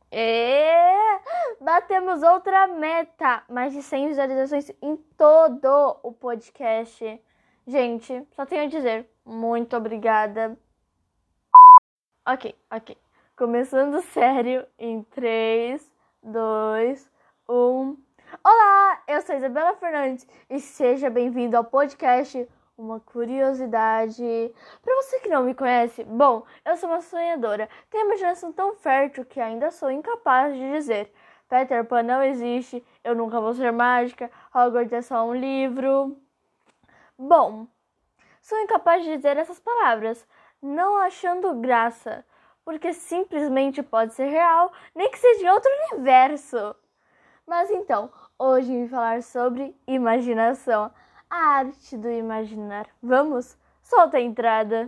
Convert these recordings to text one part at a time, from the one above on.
E batemos outra meta, mais de 100 visualizações em todo o podcast. Gente, só tenho a dizer, muito obrigada. Ok. Começando sério em 3, 2, 1. Olá, eu sou Isabela Fernandes e seja bem-vindo ao podcast Uma Curiosidade. Para você que não me conhece, bom, eu sou uma sonhadora. Tenho a imaginação tão fértil que ainda sou incapaz de dizer: Peter Pan não existe, eu nunca vou ser mágica, Hogwarts é só um livro. Bom, sou incapaz de dizer essas palavras, não achando graça, porque simplesmente pode ser real, nem que seja em outro universo. Mas então, hoje vim falar sobre imaginação, a arte do imaginar. Vamos? Solta a entrada!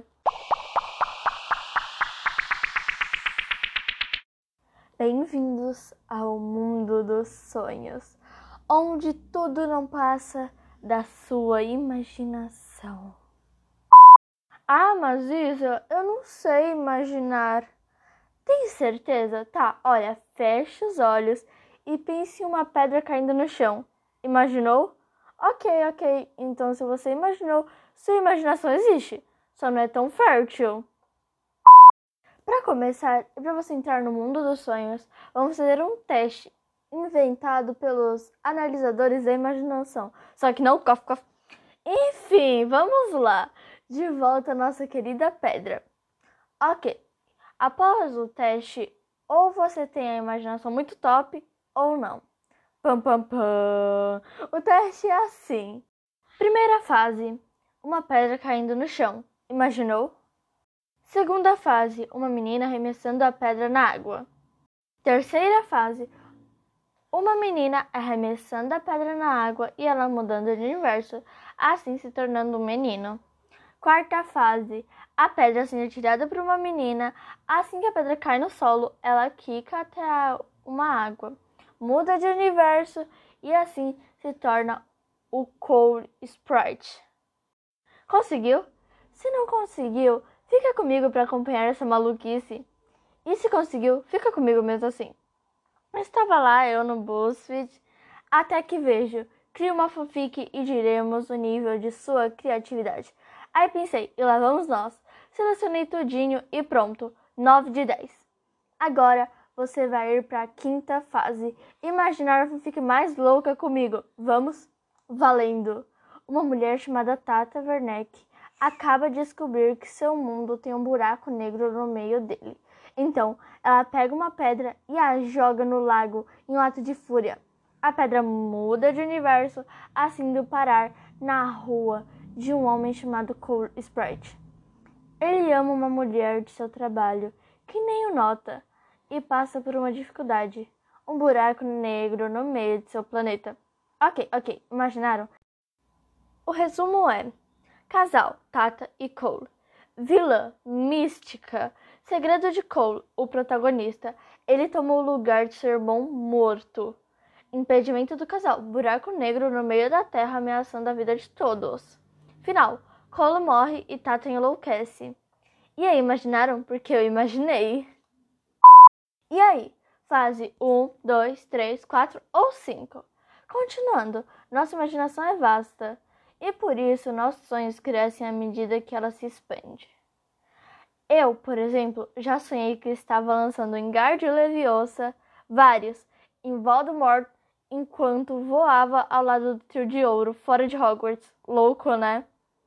Bem-vindos ao mundo dos sonhos, onde tudo não passa da sua imaginação. Ah, mas Isa, eu não sei imaginar. Tem certeza? Tá, olha, feche os olhos e pense em uma pedra caindo no chão. Imaginou? Ok. Então, se você imaginou, sua imaginação existe. Só não é tão fértil. Para começar, e para você entrar no mundo dos sonhos, vamos fazer um teste inventado pelos analisadores da imaginação. Só que não cof. Enfim, vamos lá. De volta à nossa querida pedra. Ok. Após o teste, ou você tem a imaginação muito top, ou não. Pam, pam, pam. O teste é assim. Primeira fase, uma pedra caindo no chão. Imaginou? Segunda fase, uma menina arremessando a pedra na água. Terceira fase, uma menina arremessando a pedra na água e ela mudando de universo, assim se tornando um menino. Quarta fase, a pedra sendo atirada por uma menina. Assim que a pedra cai no solo, ela quica até uma água, muda de universo e assim se torna o Cold Sprite. Conseguiu? Se não conseguiu, fica comigo para acompanhar essa maluquice. E se conseguiu, fica comigo mesmo assim. Estava lá eu no BuzzFeed, até que vejo, crio uma fanfic e diremos o nível de sua criatividade. Aí pensei, e lá vamos nós. Selecionei tudinho e pronto, 9 de 10. Agora você vai ir para a quinta fase, imaginar a fanfic mais louca comigo. Vamos? Valendo! Uma mulher chamada Tata Werneck acaba de descobrir que seu mundo tem um buraco negro no meio dele. Então, ela pega uma pedra e a joga no lago em um ato de fúria. A pedra muda de universo, assim indo parar na rua de um homem chamado Cool Sprite. Ele ama uma mulher de seu trabalho, que nem o nota, e passa por uma dificuldade. Um buraco negro no meio de seu planeta. Ok, imaginaram? O resumo é: casal, Tata e Cole. Vilã, mística. Segredo de Cole, o protagonista. Ele tomou o lugar de seu irmão morto. Impedimento do casal. Buraco negro no meio da terra ameaçando a vida de todos. Final. Cole morre e Tata enlouquece. E aí, imaginaram? Porque eu imaginei. E aí? Fase 1, 2, 3, 4 ou 5? Continuando, nossa imaginação é vasta. E por isso nossos sonhos crescem à medida que ela se expande. Eu, por exemplo, já sonhei que estava lançando Wingardium Leviosa, vários, em Voldemort, enquanto voava ao lado do Trio de Ouro, fora de Hogwarts. Louco, né?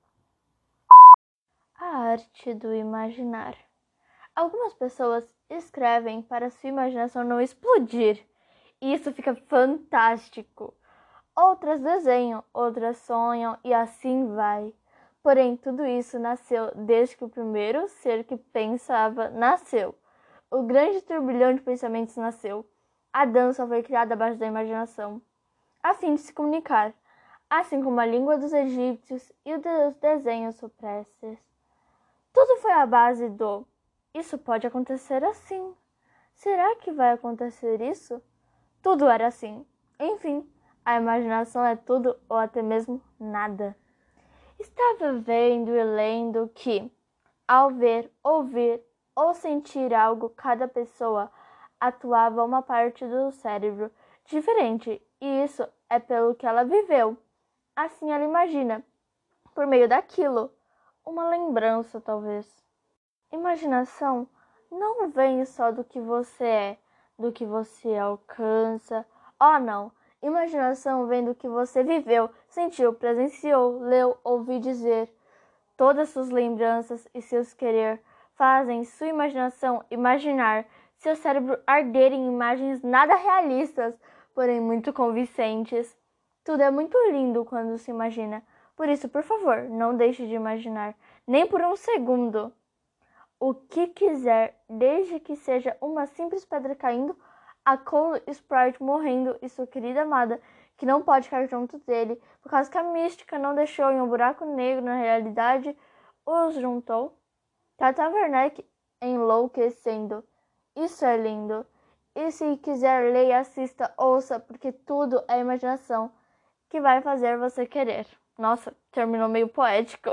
A arte do imaginar. Algumas pessoas escrevem para sua imaginação não explodir, e isso fica fantástico. Outras desenham, outras sonham e assim vai. Porém, tudo isso nasceu desde que o primeiro ser que pensava nasceu. O grande turbilhão de pensamentos nasceu. A dança foi criada abaixo da imaginação, a fim de se comunicar, assim como a língua dos egípcios e os desenhos rupestres. Tudo foi à base do "isso pode acontecer assim. Será que vai acontecer isso?" Tudo era assim. Enfim, a imaginação é tudo ou até mesmo nada. Estava vendo e lendo que, ao ver, ouvir ou sentir algo, cada pessoa atuava uma parte do cérebro diferente, e isso é pelo que ela viveu. Assim ela imagina, por meio daquilo, uma lembrança talvez. Imaginação não vem só do que você é, do que você alcança. Oh, não! Imaginação vem do que você viveu, sentiu, presenciou, leu, ouviu dizer. Todas suas lembranças e seus querer fazem sua imaginação imaginar, seu cérebro arder em imagens nada realistas, porém muito convincentes. Tudo é muito lindo quando se imagina. Por isso, por favor, não deixe de imaginar, nem por um segundo. O que quiser, desde que seja uma simples pedra caindo, a Cole Sprite morrendo e sua querida amada, que não pode ficar junto dele, por causa que a mística não deixou em um buraco negro na realidade, os juntou. Tata Werneck enlouquecendo. Isso é lindo. E se quiser, leia, assista, ouça, porque tudo é imaginação que vai fazer você querer. Nossa, terminou meio poético.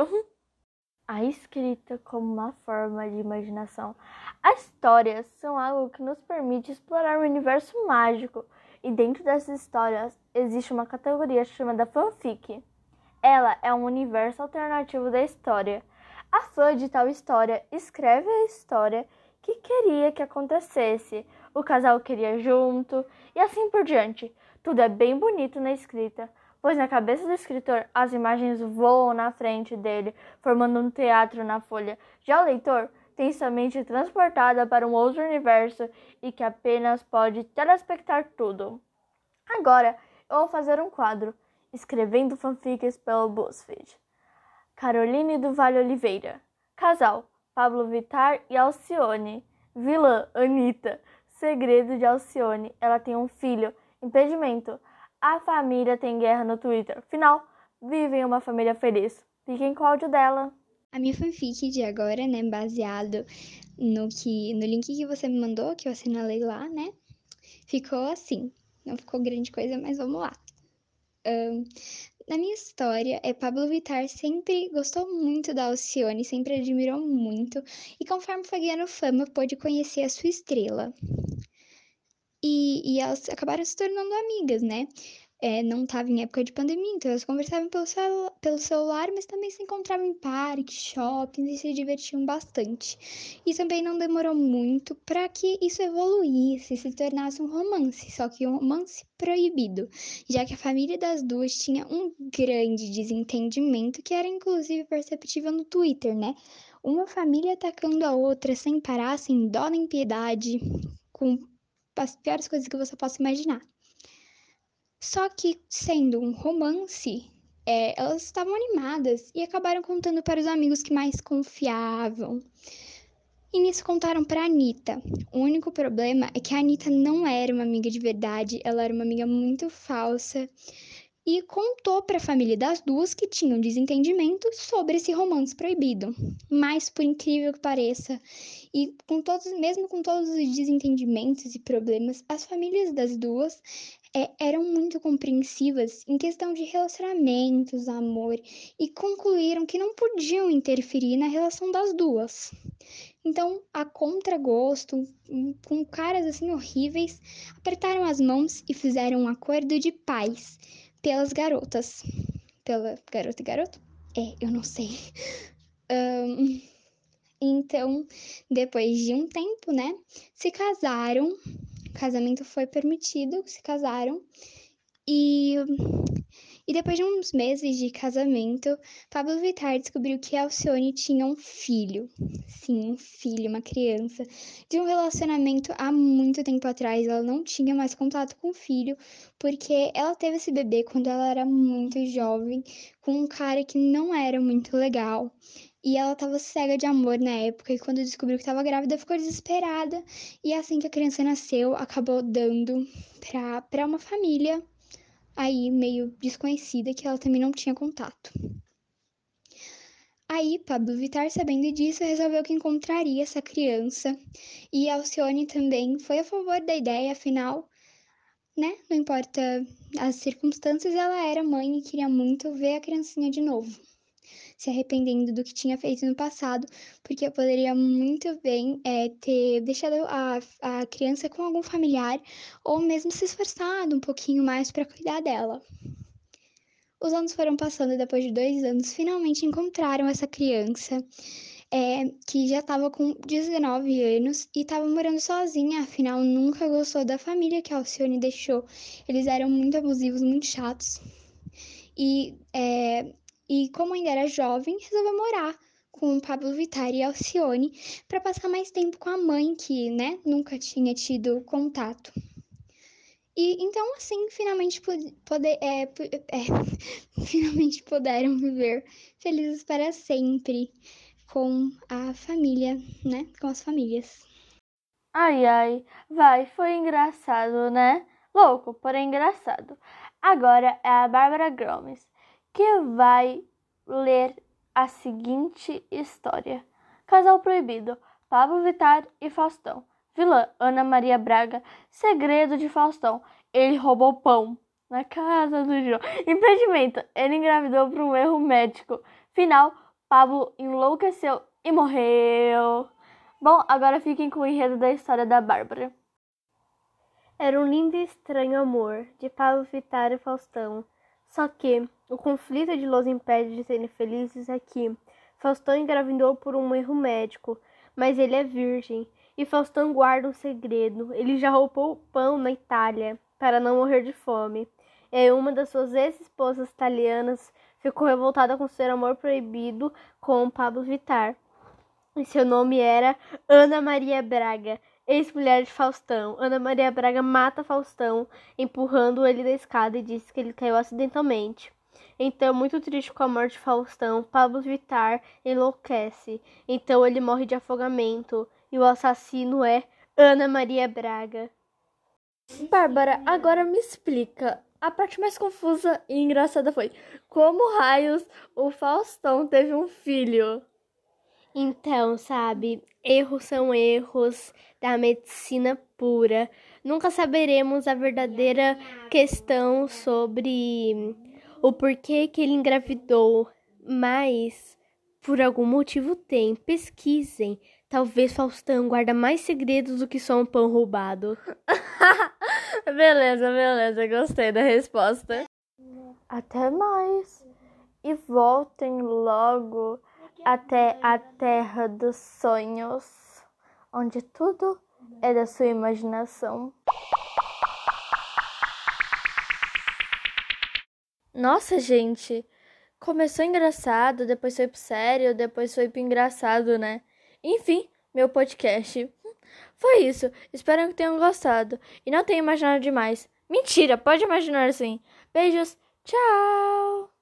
A escrita como uma forma de imaginação. As histórias são algo que nos permite explorar o universo mágico, e dentro dessas histórias existe uma categoria chamada fanfic. Ela é um universo alternativo da história. A fã de tal história escreve a história que queria que acontecesse, o casal queria junto, e assim por diante. Tudo é bem bonito na escrita, pois na cabeça do escritor as imagens voam na frente dele, formando um teatro na folha. Já o leitor tem sua mente transportada para um outro universo e que apenas pode telespectar tudo. Agora eu vou fazer um quadro, escrevendo fanfics pelo BuzzFeed. Caroline do Vale Oliveira. Casal, Pablo Vittar e Alcione. Vilã, Anitta. Segredo de Alcione. Ela tem um filho. Impedimento. A família tem guerra no Twitter. Final, vivem uma família feliz. Fiquem com o áudio dela. A minha fanfic de agora, né, baseado no link que você me mandou, que eu assinalei lá, né, ficou assim. Não ficou grande coisa, mas vamos lá. Na minha história, Pablo Vittar sempre gostou muito da Alcione, sempre admirou muito, e conforme foi ganhando fama, pôde conhecer a sua estrela. E elas acabaram se tornando amigas, né? Não estava em época de pandemia, então elas conversavam pelo celular, mas também se encontravam em parques, shoppings e se divertiam bastante. E também não demorou muito para que isso evoluísse e se tornasse um romance, só que um romance proibido, já que a família das duas tinha um grande desentendimento que era inclusive perceptível no Twitter, né? Uma família atacando a outra sem parar, sem dó nem piedade, com as piores coisas que você possa imaginar. Só que, sendo um romance, elas estavam animadas e acabaram contando para os amigos que mais confiavam. E nisso contaram para a Anitta. O único problema é que a Anitta não era uma amiga de verdade, ela era uma amiga muito falsa. E contou para a família das duas que tinham desentendimento sobre esse romance proibido. Mas, por incrível que pareça, e mesmo com todos os desentendimentos e problemas, as famílias das duas eram muito compreensivas em questão de relacionamentos, amor, e concluíram que não podiam interferir na relação das duas. Então, a contragosto, com caras assim horríveis, apertaram as mãos e fizeram um acordo de paz pelas garotas. Pela garota e garoto? Eu não sei. Então, depois de um tempo, né, se casaram. O casamento foi permitido, se casaram. E depois de uns meses de casamento, Pablo Vittar descobriu que Alcione tinha um filho. Sim, um filho, uma criança. De um relacionamento há muito tempo atrás, ela não tinha mais contato com o filho, porque ela teve esse bebê quando ela era muito jovem, com um cara que não era muito legal. E ela tava cega de amor na época, e quando descobriu que estava grávida, ficou desesperada. E assim que a criança nasceu, acabou dando pra uma família aí meio desconhecida que ela também não tinha contato. Aí, Pablo Vittar, sabendo disso, resolveu que encontraria essa criança, e Alcione também foi a favor da ideia, afinal, né, não importa as circunstâncias, ela era mãe e queria muito ver a criancinha de novo. se arrependendo do que tinha feito no passado, porque poderia muito bem ter deixado a criança com algum familiar ou mesmo se esforçado um pouquinho mais para cuidar dela. Os anos foram passando e depois de 2 anos, finalmente encontraram essa criança, que já estava com 19 anos e estava morando sozinha, afinal nunca gostou da família que a Alcione deixou. Eles eram muito abusivos, muito chatos. E como ainda era jovem, resolveu morar com o Pablo Vittar e a Alcione para passar mais tempo com a mãe, que, né, nunca tinha tido contato. E então, assim, finalmente, finalmente puderam viver felizes para sempre com a família, né? Com as famílias. Ai, ai, foi engraçado, né? Louco, porém engraçado. Agora é a Bárbara Gomes, que vai ler a seguinte história. Casal Proibido, Pablo Vittar e Faustão. Vilã, Ana Maria Braga. Segredo de Faustão, ele roubou pão na casa do João. Impedimento, ele engravidou por um erro médico. Final, Pablo enlouqueceu e morreu. Bom, agora fiquem com o enredo da história da Bárbara. Era um lindo e estranho amor, de Pablo Vittar e Faustão. Só que o conflito de los impede de serem felizes é que Faustão engravidou por um erro médico, mas ele é virgem. E Faustão guarda um segredo. Ele já roubou pão na Itália para não morrer de fome. E uma das suas ex-esposas italianas ficou revoltada com seu amor proibido com Pablo Vittar. E seu nome era Ana Maria Braga, ex-mulher de Faustão. Ana Maria Braga mata Faustão, empurrando ele da escada e diz que ele caiu acidentalmente. Então, muito triste com a morte de Faustão, Pablo Vittar enlouquece. Então, ele morre de afogamento. E o assassino é Ana Maria Braga. Bárbara, agora me explica. A parte mais confusa e engraçada foi: como raios o Faustão teve um filho? Então, sabe, erros são erros da medicina pura. Nunca saberemos a verdadeira questão sobre o porquê que ele engravidou, mas por algum motivo tem. Pesquisem. Talvez Faustão guarda mais segredos do que só um pão roubado. Beleza, gostei da resposta. Até mais. E voltem logo até a terra dos sonhos, onde tudo é da sua imaginação. Nossa, gente, começou engraçado, depois foi pro sério, depois foi pro engraçado, né? Enfim, meu podcast. Foi isso, espero que tenham gostado. E não tenham imaginado demais. Mentira, pode imaginar assim. Beijos, tchau!